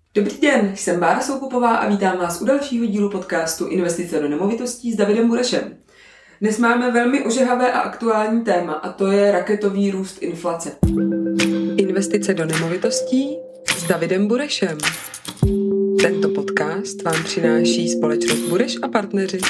Dobrý den, jsem Bára Soukupová a vítám vás u dalšího dílu podcastu Investice do nemovitostí s Davidem Burešem. Dnes máme velmi ožehavé a aktuální téma a to je raketový růst inflace. Investice do nemovitostí s Davidem Burešem. Tento podcast vám přináší společnost Bureš a partneři.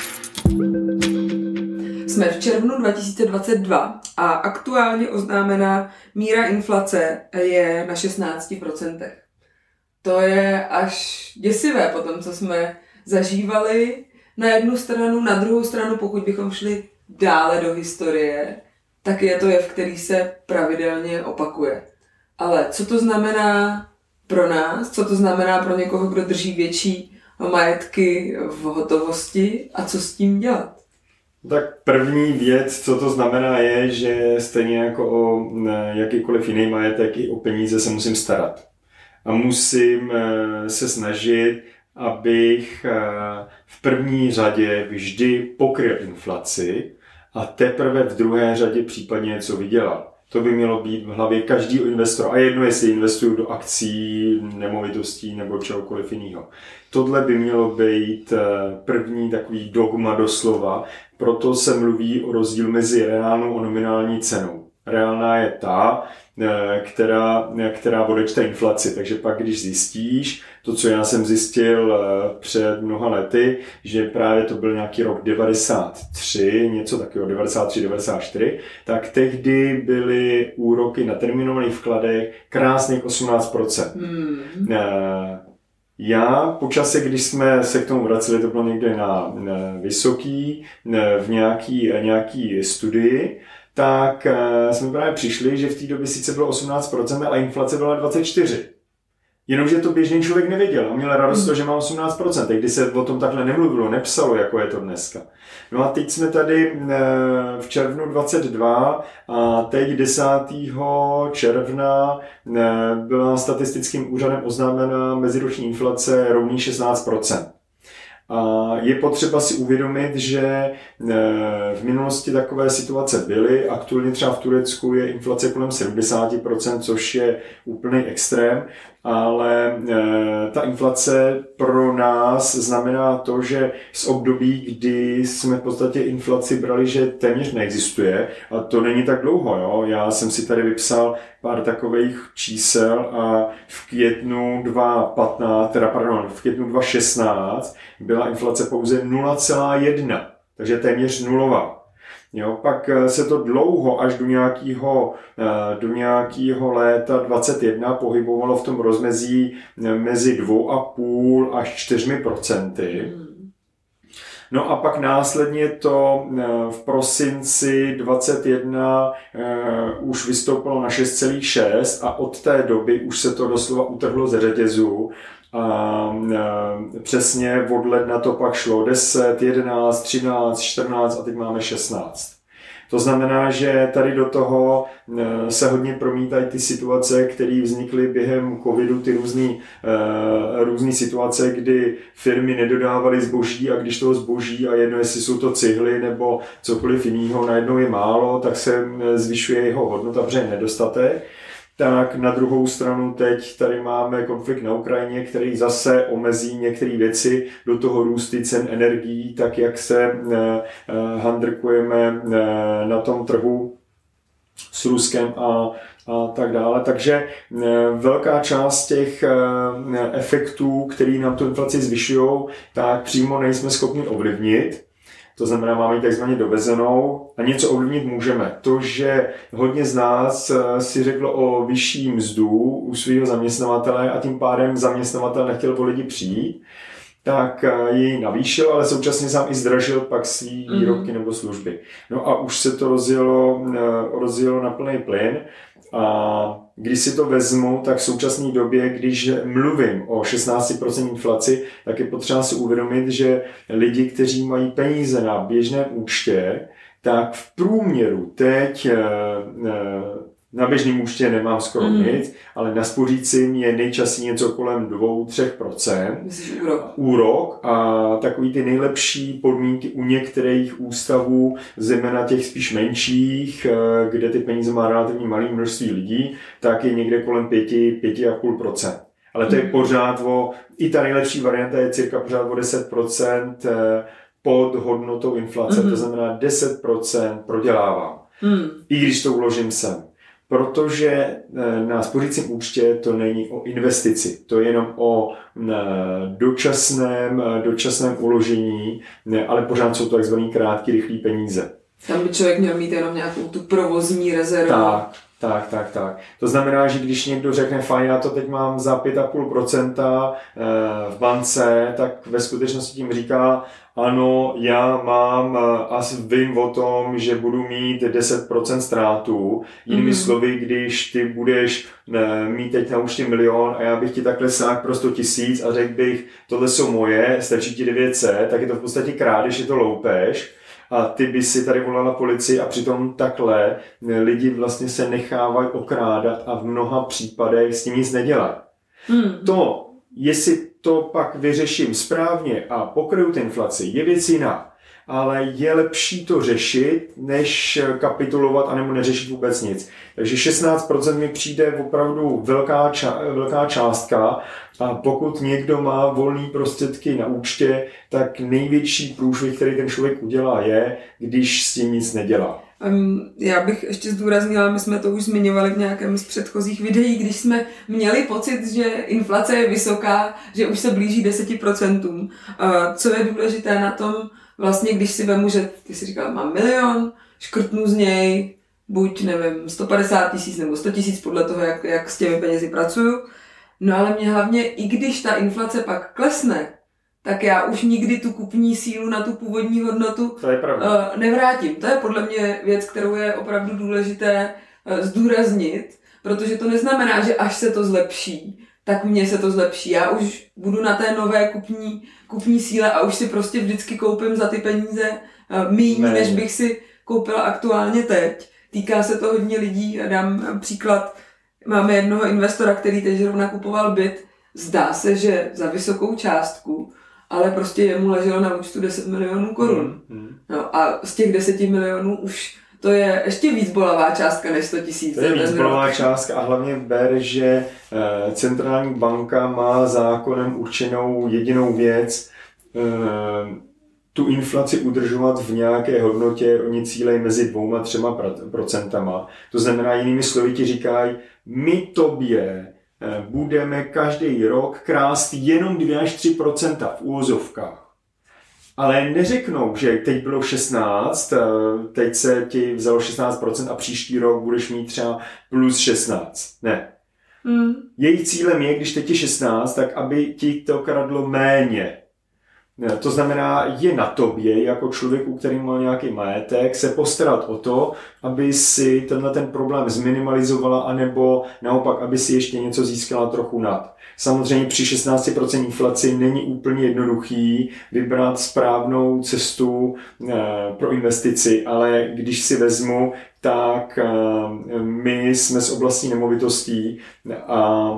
Jsme v červnu 2022 a aktuálně oznámená míra inflace je na 16%. To je až děsivé po tom, co jsme zažívali na jednu stranu, na druhou stranu, pokud bychom šli dále do historie, tak je to jev, který se pravidelně opakuje. Ale co to znamená pro nás, co to znamená pro někoho, kdo drží větší majetky v hotovosti a co s tím dělat? Tak první věc, co to znamená, je, že stejně jako o jakýkoliv jiný majetek, i o peníze se musím starat. A musím se snažit, abych v první řadě vždy pokryl inflaci a teprve v druhé řadě případně něco vydělal. To by mělo být v hlavě každého investora. A jedno, jestli investuju do akcí, nemovitostí nebo čehokoliv jiného. Tohle by mělo být první takový dogma doslova. Proto se mluví o rozdíl mezi reálnou a nominální cenou. Reálná je ta, která odečte inflaci. Takže pak, když zjistíš to, co já jsem zjistil před mnoha lety, že právě to byl nějaký rok 93, něco takového, 93, 94, tak tehdy byly úroky na terminovaných vkladech krásných 18%. Já po čase, když jsme se k tomu vraceli, to bylo někde na vysoký, v nějaký studii, tak jsme právě přišli, že v té době sice bylo 18%, ale inflace byla 24%. Jenomže to běžný člověk nevěděl a měl radost to, že má 18%, tehdy se o tom takhle nemluvilo, nepsalo, jako je to dneska. No a teď jsme tady v červnu 22 a teď 10. června byla statistickým úřadem oznámena meziroční inflace rovný 16%. A je potřeba si uvědomit, že v minulosti takové situace byly. Aktuálně třeba v Turecku je inflace kolem 70%, což je úplný extrém, ale ta inflace pro nás znamená to, že z období, kdy jsme v podstatě inflaci brali, že téměř neexistuje, a to není tak dlouho. Jo? Já jsem si tady vypsal pár takových čísel a v květnu 2016 byla inflace pouze 0,1, takže téměř nulová. Jo, pak se to dlouho až do nějakého léta 21 pohybovalo v tom rozmezí mezi 2,5 až 4%. No a pak následně to v prosinci 21 už vystoupilo na 6,6 a od té doby už se to doslova utrhlo ze řetězu. A přesně od ledna to pak šlo 10, 11, 13, 14 a teď máme 16. To znamená, že tady do toho se hodně promítají ty situace, které vznikly během covidu, ty různé situace, kdy firmy nedodávaly zboží a když toho zboží a jedno, jestli jsou to cihly nebo cokoliv jiného, najednou je málo, tak se zvyšuje jeho hodnota, protože je nedostatek. Tak na druhou stranu teď tady máme konflikt na Ukrajině, který zase omezí některé věci, do toho růsty cen energií, tak jak se handrkujeme na tom trhu s Ruskem a tak dále. Takže velká část těch efektů, který nám tu inflaci zvyšují, tak přímo nejsme schopni ovlivnit. To znamená, máme ji takzvaně dovezenou a něco ovlivnit můžeme. To, že hodně z nás si řeklo o vyšší mzdu u svého zaměstnavatele a tím pádem zaměstnavatel nechtěl po lidi přijít, tak ji navýšil, ale současně sám i zdražil pak svý výrobky nebo služby. No a už se to rozjelo na plný plyn. A když si to vezmu, tak v současné době, když mluvím o 16% inflaci, tak je potřeba si uvědomit, že lidi, kteří mají peníze na běžném účtě, tak v průměru teď na běžném účtě nemám skoro nic, ale na spořícím je nejčastěji něco kolem 2-3%. Myslíš úrok a takový ty nejlepší podmínky u některých ústavů, zejména těch spíš menších, kde ty peníze má relativně malé množství lidí, tak je někde kolem 5-5,5%. Ale to je pořád i ta nejlepší varianta je cirka pořád o 10% pod hodnotou inflace, to znamená 10% prodělávám. I když to uložím sem. Protože na spořícím účtě to není o investici, to je jenom o dočasném uložení, ale pořád jsou to takzvaný krátký, rychlý peníze. Tam by člověk měl mít jenom nějakou tu provozní rezervu. Tak. To znamená, že když někdo řekne, fajn, já to teď mám za 5,5% v bance, tak ve skutečnosti tím říká, ano, já mám a vím o tom, že budu mít 10% ztrátu. Jinými slovy, když ty budeš mít teď na účtě 1 000 000 a já bych ti takhle sáhl pro 100 000 a řekl bych, tohle jsou moje, stačí ti 900, tak je to v podstatě krádež, je to loupež. A ty by si tady volala policii a přitom takhle lidi vlastně se nechávají okrádat a v mnoha případech s tím nic nedělají. To, jestli to pak vyřeším správně a pokryju tu inflaci, je věc jiná. Ale je lepší to řešit, než kapitulovat anebo neřešit vůbec nic. Takže 16% mi přijde opravdu velká částka a pokud někdo má volné prostředky na účtě, tak největší průšvih, který ten člověk udělá, je, když s tím nic nedělá. Já bych ještě zdůraznila, my jsme to už zmiňovali v nějakém z předchozích videí, když jsme měli pocit, že inflace je vysoká, že už se blíží 10%. Co je důležité na tom, vlastně když si vemu, že ty si říkal, mám 1 000 000, škrtnu z něj buď, nevím, 150 000 nebo 100 000 podle toho, jak s těmi penězi pracuju. No ale mě hlavně, i když ta inflace pak klesne, tak já už nikdy tu kupní sílu na tu původní hodnotu nevrátím. To je podle mě věc, kterou je opravdu důležité zdůraznit, protože to neznamená, že až se to zlepší, tak mně se to zlepší. Já už budu na té nové kupní síle a už si prostě vždycky koupím za ty peníze míň, než bych si koupila aktuálně teď. Týká se to hodně lidí. Dám příklad. Máme jednoho investora, který teď zrovna kupoval byt. Zdá se, že za vysokou částku, ale prostě jemu leželo na účtu 10 milionů korun. No a z těch 10 milionů už to je ještě víc bolavá částka než 100 000. To je víc bolavá částka a hlavně ber, že centrální banka má zákonem určenou jedinou věc, tu inflaci udržovat v nějaké hodnotě, oni cílejí mezi 2 a 3%. To znamená, jinými slovy ti říkají, my tobě budeme každý rok krást jenom 2 až 3% v úvozovkách. Ale neřeknou, že teď bylo 16, teď se ti vzalo 16% a příští rok budeš mít třeba plus 16. Ne. Jejich cílem je, když teď je 16, tak aby ti to kradlo méně. To znamená, je na tobě, jako člověku, který má nějaký majetek, se postarat o to, aby si ten problém zminimalizovala, anebo naopak, aby si ještě něco získala trochu nad. Samozřejmě při 16% inflaci není úplně jednoduchý vybrat správnou cestu pro investici, ale když si vezmu, tak my jsme z oblasti nemovitostí a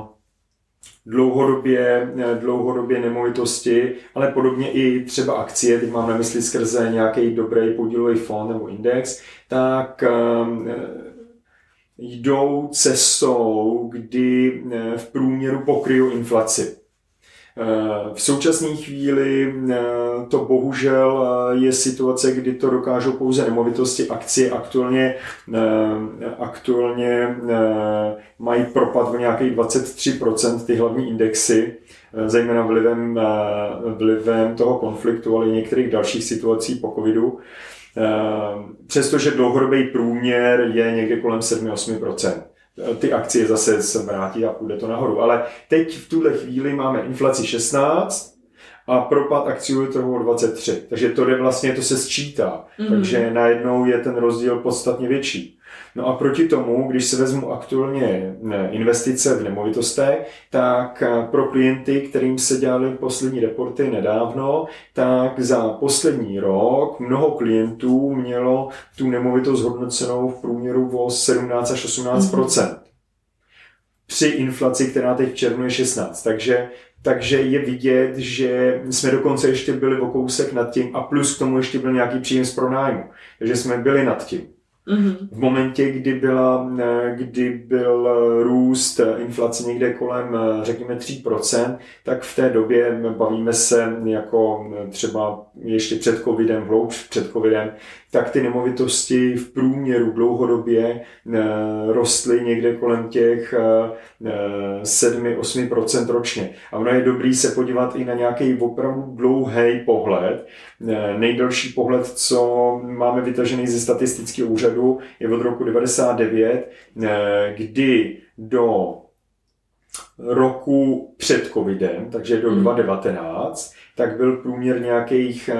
dlouhodobě nemovitosti, ale podobně i třeba akcie, teď mám na mysli skrze nějaký dobrý podílový fond nebo index, tak jdou cestou, kdy v průměru pokryjou inflaci. V současné chvíli to bohužel je situace, kdy to dokážou pouze nemovitosti, akcie aktuálně mají propad o nějakých 23% ty hlavní indexy, zejména vlivem toho konfliktu, ale i některých dalších situací po covidu. Přestože dlouhodobý průměr je někde kolem 7-8%. Ty akcie zase se vrátí a půjde to nahoru. Ale teď v tuhle chvíli máme inflaci 16 a propad akciového trhu o 23. Takže to se sčítá. Takže najednou je ten rozdíl podstatně větší. No a proti tomu, když se vezmu aktuálně investice v nemovitostech, tak pro klienty, kterým se dělaly poslední reporty nedávno, tak za poslední rok mnoho klientů mělo tu nemovitost hodnocenou v průměru o 17 až 18%. Při inflaci, která teď v červnu je 16. Takže je vidět, že jsme dokonce ještě byli o kousek nad tím a plus k tomu ještě byl nějaký příjem z pronájmu. Takže jsme byli nad tím. V momentě, kdy byl růst inflace někde kolem, řekněme, 3%, tak v té době bavíme se jako třeba ještě před covidem, hloubš před covidem, tak ty nemovitosti v průměru dlouhodobě rostly někde kolem těch 7-8% ročně. A ono je dobrý se podívat i na nějaký opravdu dlouhý pohled. Nejdelší pohled, co máme vytažený ze statistického úřadu, je od roku 1999, kdy do roku před covidem, takže do 2019, tak byl průměr nějakých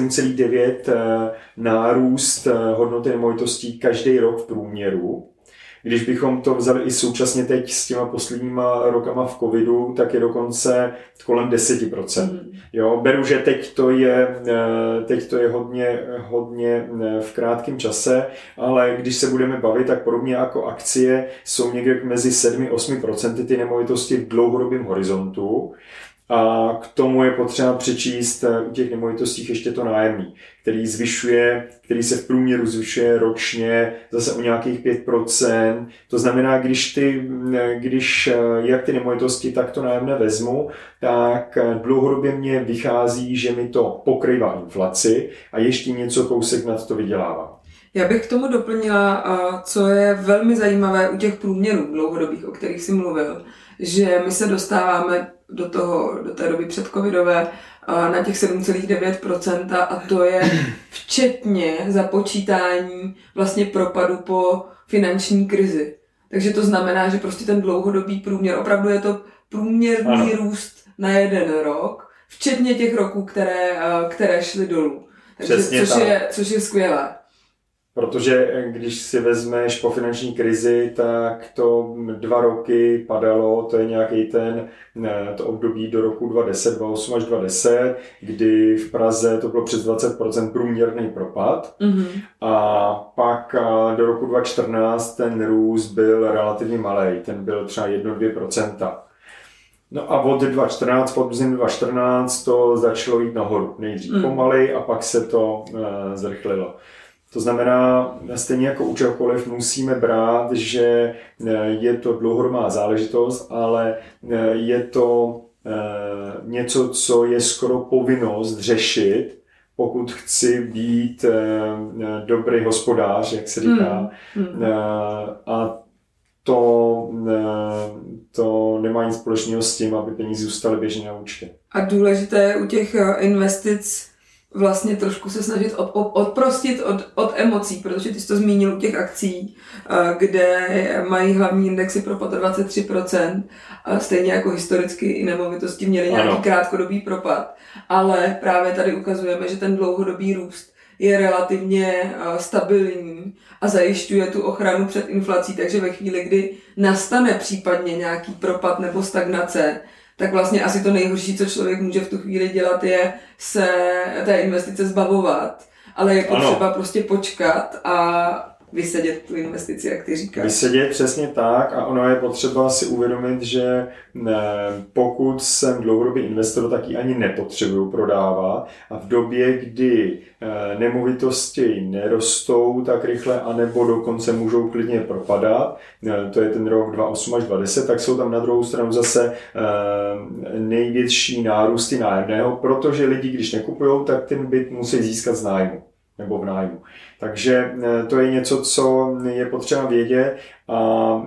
7,9 nárůst hodnoty nemovitostí každý rok v průměru. Když bychom to vzali i současně teď s těma posledníma rokama v covidu, tak je dokonce kolem 10%. Jo, beru, že teď to je hodně v krátkém čase, ale když se budeme bavit, tak podobně jako akcie jsou někde mezi 7-8% ty nemovitosti v dlouhodobém horizontu. A k tomu je potřeba přečíst u těch nemovitostí ještě to nájemní, který se v průměru zvyšuje ročně zase o nějakých 5%. To znamená, když jak ty nemovitosti, tak to nájemné vezmu, tak dlouhodobě mě vychází, že mi to pokrývá inflaci a ještě něco kousek nad to vydělává. Já bych k tomu doplnila, co je velmi zajímavé u těch průměrů dlouhodobých, o kterých jsi mluvil, že my se dostáváme do té doby předcovidové na těch 7,9% a to je včetně započítání vlastně propadu po finanční krizi. Takže to znamená, že prostě ten dlouhodobý průměr, opravdu je to průměrný růst na jeden rok, včetně těch roků, které šly dolů. Takže, což je skvělé. Protože když si vezmeš po finanční krizi, tak to 2 roky padalo, to je nějaký to období do roku 2010, 2008 až 2010, kdy v Praze to bylo přes 20% průměrný propad. A pak do roku 2014 ten růst byl relativně malej, ten byl třeba 1-2%. No a od 2014 to začalo jít nahoru. Nejdřív pomalej a pak se to zrychlilo. To znamená, stejně jako u čehokoliv musíme brát, že je to dlouhodobá záležitost, ale je to něco, co je skoro povinnost řešit, pokud chci být dobrý hospodář, jak se říká. A to nemá nic společného s tím, aby peníze zůstaly běžně na účtě. A důležité je u těch investic vlastně trošku se snažit odprostit od emocí, protože ty jsi to zmínil u těch akcí, kde mají hlavní indexy propad o 23%, stejně jako historicky i nemovitosti měly nějaký krátkodobý propad, ale právě tady ukazujeme, že ten dlouhodobý růst je relativně stabilní a zajišťuje tu ochranu před inflací, takže ve chvíli, kdy nastane případně nějaký propad nebo stagnace, tak vlastně asi to nejhorší, co člověk může v tu chvíli dělat, je se té investice zbavovat. Ale je potřeba prostě počkat a vysedět tu investici, jak ty říkáš. Vysedět, přesně tak, a ono je potřeba si uvědomit, že pokud jsem dlouhodobý investor, tak ji ani nepotřebuju prodávat a v době, kdy nemovitosti nerostou tak rychle, anebo dokonce můžou klidně propadat, to je ten rok 2008 až 2010, tak jsou tam na druhou stranu zase největší nárůsty nájemného, protože lidi, když nekupujou, tak ten byt musí získat z nájmu nebo v nájmu. Takže to je něco, co je potřeba vědět a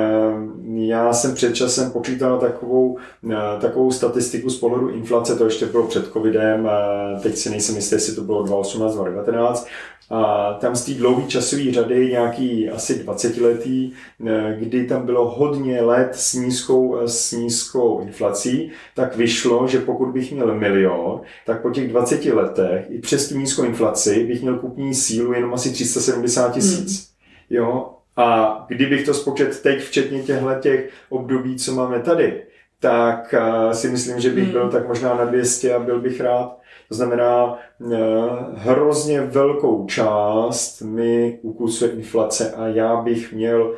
já jsem před časem počítal takovou statistiku z pohledu inflace, to ještě bylo před covidem, teď si nejsem jistý, jestli to bylo 2018, 2019, a tam z té dlouhé časové řady, nějaký asi 20letý, kdy tam bylo hodně let s nízkou inflací, tak vyšlo, že pokud bych měl 1 milion, tak po těch 20 letech i přes tu nízkou inflaci bych měl kupní sílu jenom asi 370 000. Jo? A kdybych to spočet teď, včetně těch období, co máme tady, tak si myslím, že bych byl tak možná na 200 a byl bych rád. To znamená, hrozně velkou část mi ukusuje inflace a já bych měl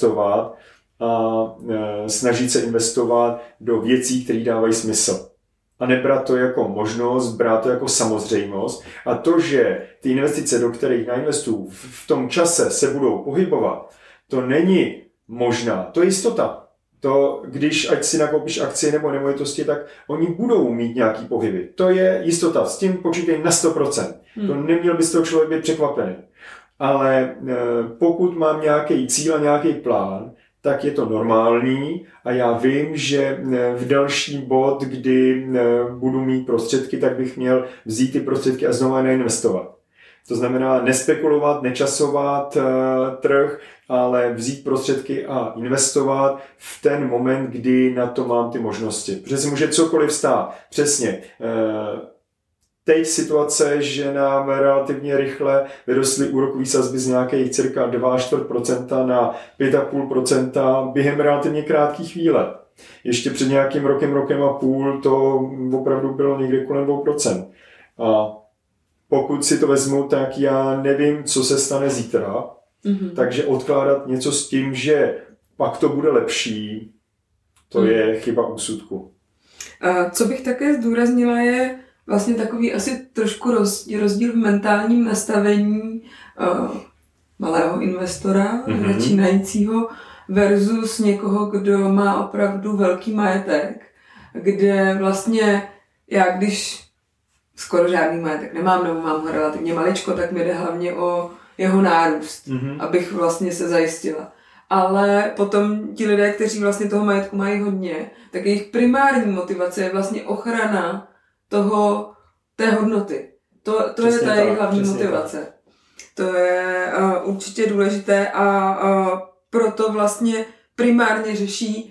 investovat a snažit se investovat do věcí, které dávají smysl. a nebrat to jako možnost, brát to jako samozřejmost. A to, že ty investice, do kterých nainvestuju, v tom čase se budou pohybovat, to není možná, to je jistota. To, když ať si nakoupíš akcie nebo nemovitosti, tak oni budou mít nějaký pohyby. To je jistota, s tím počítej na 100%. To neměl by z toho člověk být překvapený. Ale pokud mám nějaký cíl a nějaký plán, tak je to normální a já vím, že v další bod, kdy budu mít prostředky, tak bych měl vzít ty prostředky a znovu neinvestovat. To znamená nespekulovat, nečasovat trh, ale vzít prostředky a investovat v ten moment, kdy na to mám ty možnosti. Protože si může cokoliv stát. Přesně. Teď situace, že nám relativně rychle vyrostly úrokové sazby z nějakých cirka 2,4% na 5,5% během relativně krátké chvíle. Ještě před nějakým rokem a půl to opravdu bylo někde kolem 2%. A pokud si to vezmu, tak já nevím, co se stane zítra, takže odkládat něco s tím, že pak to bude lepší, to je chyba úsudku. Co bych také zdůraznila je vlastně takový asi trošku rozdíl v mentálním nastavení malého investora, začínajícího, versus někoho, kdo má opravdu velký majetek, kde vlastně já, když skoro žádný majetek nemám, nebo mám ho relativně maličko, tak mi jde hlavně o jeho nárůst, abych vlastně se zajistila. Ale potom ti lidé, kteří vlastně toho majetku mají hodně, tak jejich primární motivace je vlastně ochrana té hodnoty. To je ta jejich hlavní motivace. Tak. To je určitě důležité a proto vlastně primárně řeší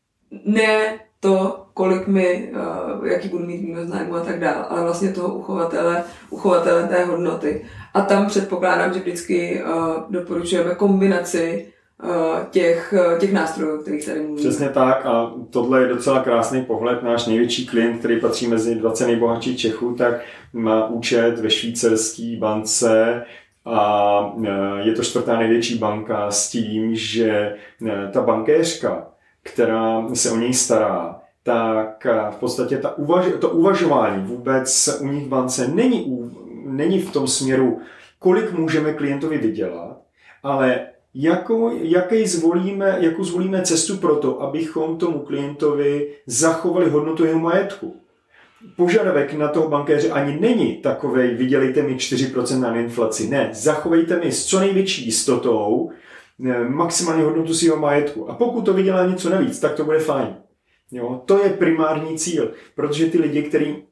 ne to, kolik jaký budu mít výnos nájmu a tak dále, ale vlastně toho uchovatele té hodnoty. A tam předpokládám, že vždycky doporučujeme kombinaci těch nástrojů, o kterých tady mluvíme. Přesně tak a tohle je docela krásný pohled. Náš největší klient, který patří mezi 20 nejbohatších Čechů, tak má účet ve švýcarské bance a je to 4. největší banka s tím, že ta bankéřka, která se o něj stará, tak v podstatě to uvažování vůbec u nich v bance není v tom směru, kolik můžeme klientovi vydělat, ale jakou zvolíme cestu pro to, abychom tomu klientovi zachovali hodnotu jeho majetku. Požadavek na toho bankéře ani není takovej, vydělejte mi 4% na inflaci. Ne, zachovejte mi s co největší jistotou maximální hodnotu svého majetku. A pokud to vydělá něco navíc, tak to bude fajn. Jo? To je primární cíl, protože ty lidi,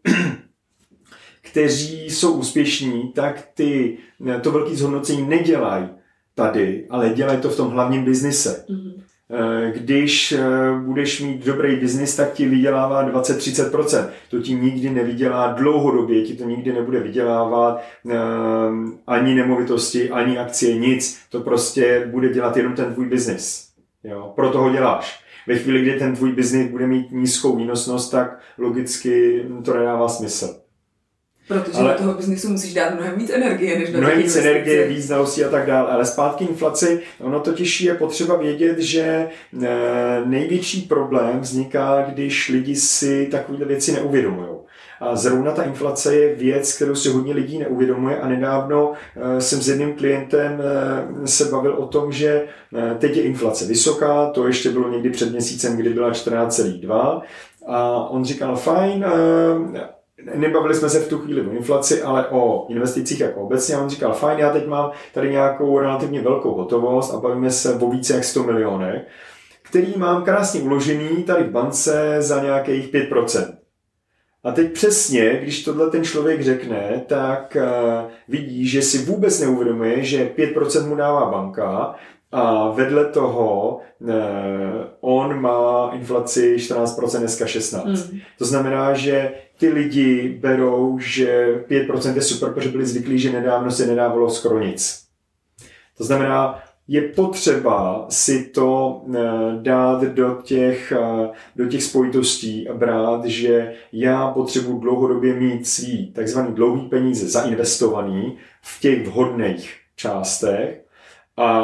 kteří jsou úspěšní, tak to velké zhodnocení nedělají tady, ale dělají to v tom hlavním biznise. Když budeš mít dobrý biznis, tak ti vydělává 20-30%. To ti nikdy nevydělá dlouhodobě, ti to nikdy nebude vydělávat ani nemovitosti, ani akcie, nic. To prostě bude dělat jenom ten tvůj biznis. Jo? Proto ho děláš. Ve chvíli, kdy ten tvůj biznis bude mít nízkou výnosnost, tak logicky to nedává smysl. Protože do toho biznisu musíš dát mnohem víc energie, než do mnohem víc energie, víc znalostí a tak dále. Ale zpátky inflaci, ono totiž je potřeba vědět, že největší problém vzniká, když lidi si takové věci neuvědomují. A zrovna ta inflace je věc, kterou si hodně lidí neuvědomuje a nedávno jsem s jedním klientem se bavil o tom, že teď je inflace vysoká, to ještě bylo někdy před měsícem, kdy byla 14,2 a on říkal fajn, nebavili jsme se v tu chvíli o inflaci, ale o investicích jako obecně. A on říkal, fajn, já teď mám tady nějakou relativně velkou hotovost a bavíme se o více jak 100 milionech, který mám krásně uložený tady v bance za nějakých 5%. A teď přesně, když tohle ten člověk řekne, tak vidí, že si vůbec neuvědomuje, že 5% mu dává banka a vedle toho on má inflaci 14%, dneska 16%. To znamená, že ty lidi berou, že 5% je super, protože byli zvyklí, že nedávno se nedávalo skoro nic. To znamená, je potřeba si to dát do těch spojitostí a brát, že já potřebuji dlouhodobě mít svý takzvaný dlouhý peníze zainvestovaný v těch vhodných částech a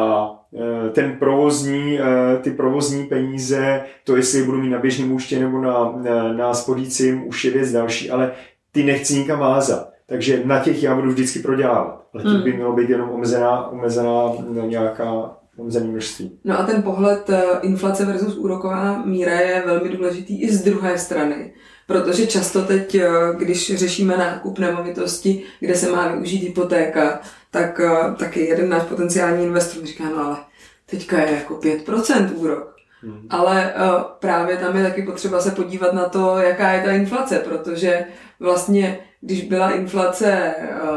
ty provozní peníze, to jestli budu mít na běžném účtě nebo na spořícím, už je věc další, ale ty nechci nikam vázat. Takže na těch já budu vždycky prodělávat. Ale těch by mělo být jenom omezená nějaká omezené množství. No a ten pohled inflace versus úroková míra je velmi důležitý i z druhé strany. Protože často teď, když řešíme nákup nemovitosti, kde se má využít hypotéka, tak taky jeden náš potenciální investor říká, no ale teďka je jako 5% úrok. Ale právě tam je taky potřeba se podívat na to, jaká je ta inflace, protože vlastně, když byla inflace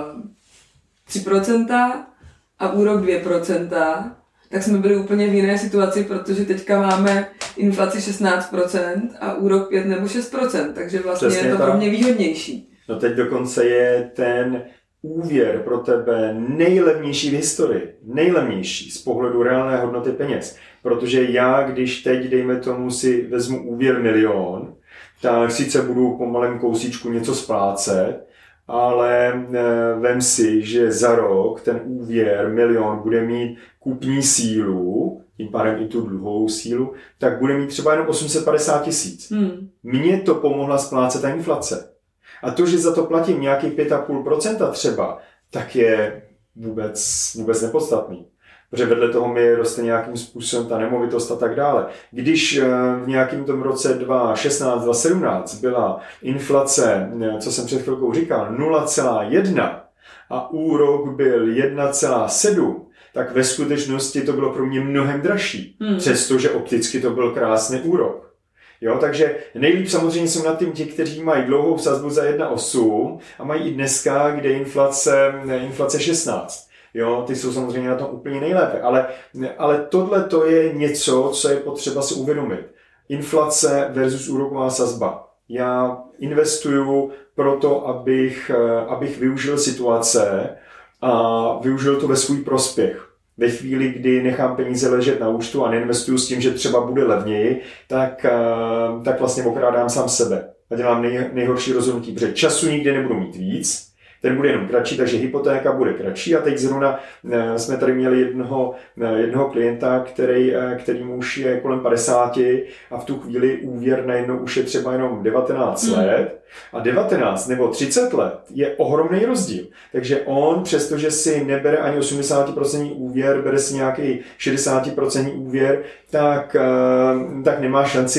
3% a úrok 2%, tak jsme byli úplně v jiné situaci, protože teďka máme inflaci 16% a úrok 5 nebo 6%, takže vlastně přesně je to pro mě výhodnější. No teď dokonce je ten úvěr pro tebe nejlevnější v historii, nejlevnější z pohledu reálné hodnoty peněz. Protože já, když teď, dejme tomu, si vezmu úvěr 1 000 000, tak sice budu po malém kousíčku něco splácet, ale vem si, že za rok ten úvěr 1 000 000 bude mít kupní sílu, tím pádem i tu dluhovou sílu, tak bude mít třeba jenom 850 000. Mně to pomohla splácet ta inflace. A to, že za to platím nějaký 5,5% třeba, tak je vůbec nepodstatný. Protože vedle toho mi roste nějakým způsobem ta nemovitost a tak dále. Když v nějakém tom roce 2016, 2017 byla inflace, co jsem před chvilkou říkal, 0,1 a úrok byl 1,7, tak ve skutečnosti to bylo pro mě mnohem dražší. Přestože opticky to byl krásný úrok. Jo, takže nejlíp samozřejmě jsou nad tím ti, kteří mají dlouhou sazbu za 1,8 a mají i dneska, kde je inflace 16. Jo, ty jsou samozřejmě na tom úplně nejlépe, ale tohle to je něco, co je potřeba si uvědomit. Inflace versus úroková sazba. Já investuju proto, abych využil situace a využil to ve svůj prospěch. Ve chvíli, kdy nechám peníze ležet na účtu a neinvestuju s tím, že třeba bude levněji, tak vlastně okrádám sám sebe a dělám nejhorší rozhodnutí, protože času nikdy nebudu mít víc, ten bude jenom kratší, takže hypotéka bude kratší. A teď zrovna jsme tady měli jednoho klienta, který už je kolem 50 a v tu chvíli úvěr najednou už je třeba jenom 19 let. A 19 nebo 30 let je ohromný rozdíl. Takže on, přestože si nebere ani 80% úvěr, bere si nějaký 60% úvěr, tak nemá šanci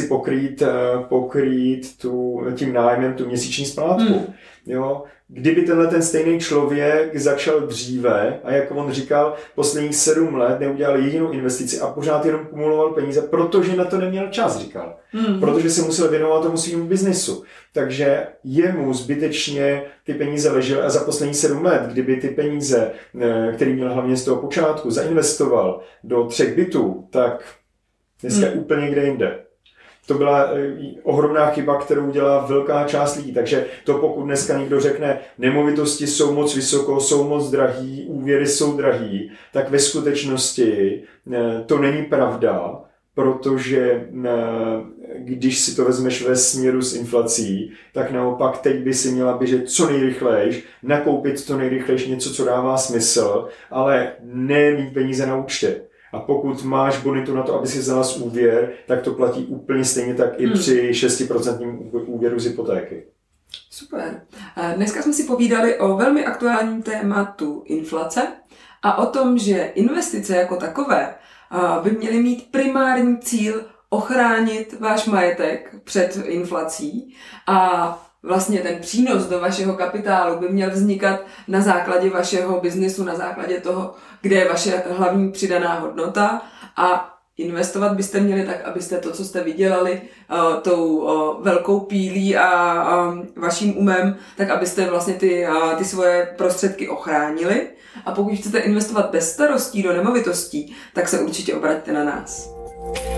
pokrýt tím nájmem tu měsíční splátku. Jo? Kdyby ten stejný člověk začal dříve a jak on říkal, posledních 7 let neudělal jedinou investici a pořád jenom kumuloval peníze, protože na to neměl čas, říkal. Protože se musel věnovat tomu svému biznesu. Takže jemu zbytečně ty peníze ležely a za poslední 7 let, kdyby ty peníze, který měl hlavně z toho počátku, zainvestoval do 3 bytů, tak dneska úplně kde jinde. To byla ohromná chyba, kterou dělá velká část lidí. Takže to pokud dneska někdo řekne, nemovitosti jsou moc vysoko, jsou moc drahý, úvěry jsou drahý, tak ve skutečnosti to není pravda, protože když si to vezmeš ve směru s inflací, tak naopak teď by si měla běžet co nejrychlejš, nakoupit co nejrychlejš něco, co dává smysl, ale ne mít peníze na účtě. A pokud máš bonitu na to, aby si vzala z úvěr, tak to platí úplně stejně tak i při 6% úvěru z hypotéky. Super. Dneska jsme si povídali o velmi aktuálním tématu inflace a o tom, že investice jako takové by měly mít primární cíl ochránit váš majetek před inflací a vlastně ten přínos do vašeho kapitálu by měl vznikat na základě vašeho biznesu, na základě toho, kde je vaše hlavní přidaná hodnota a investovat byste měli tak, abyste to, co jste vydělali tou velkou pílí a vaším umem, tak abyste vlastně ty svoje prostředky ochránili. A pokud chcete investovat bez starostí do nemovitostí, tak se určitě obraťte na nás.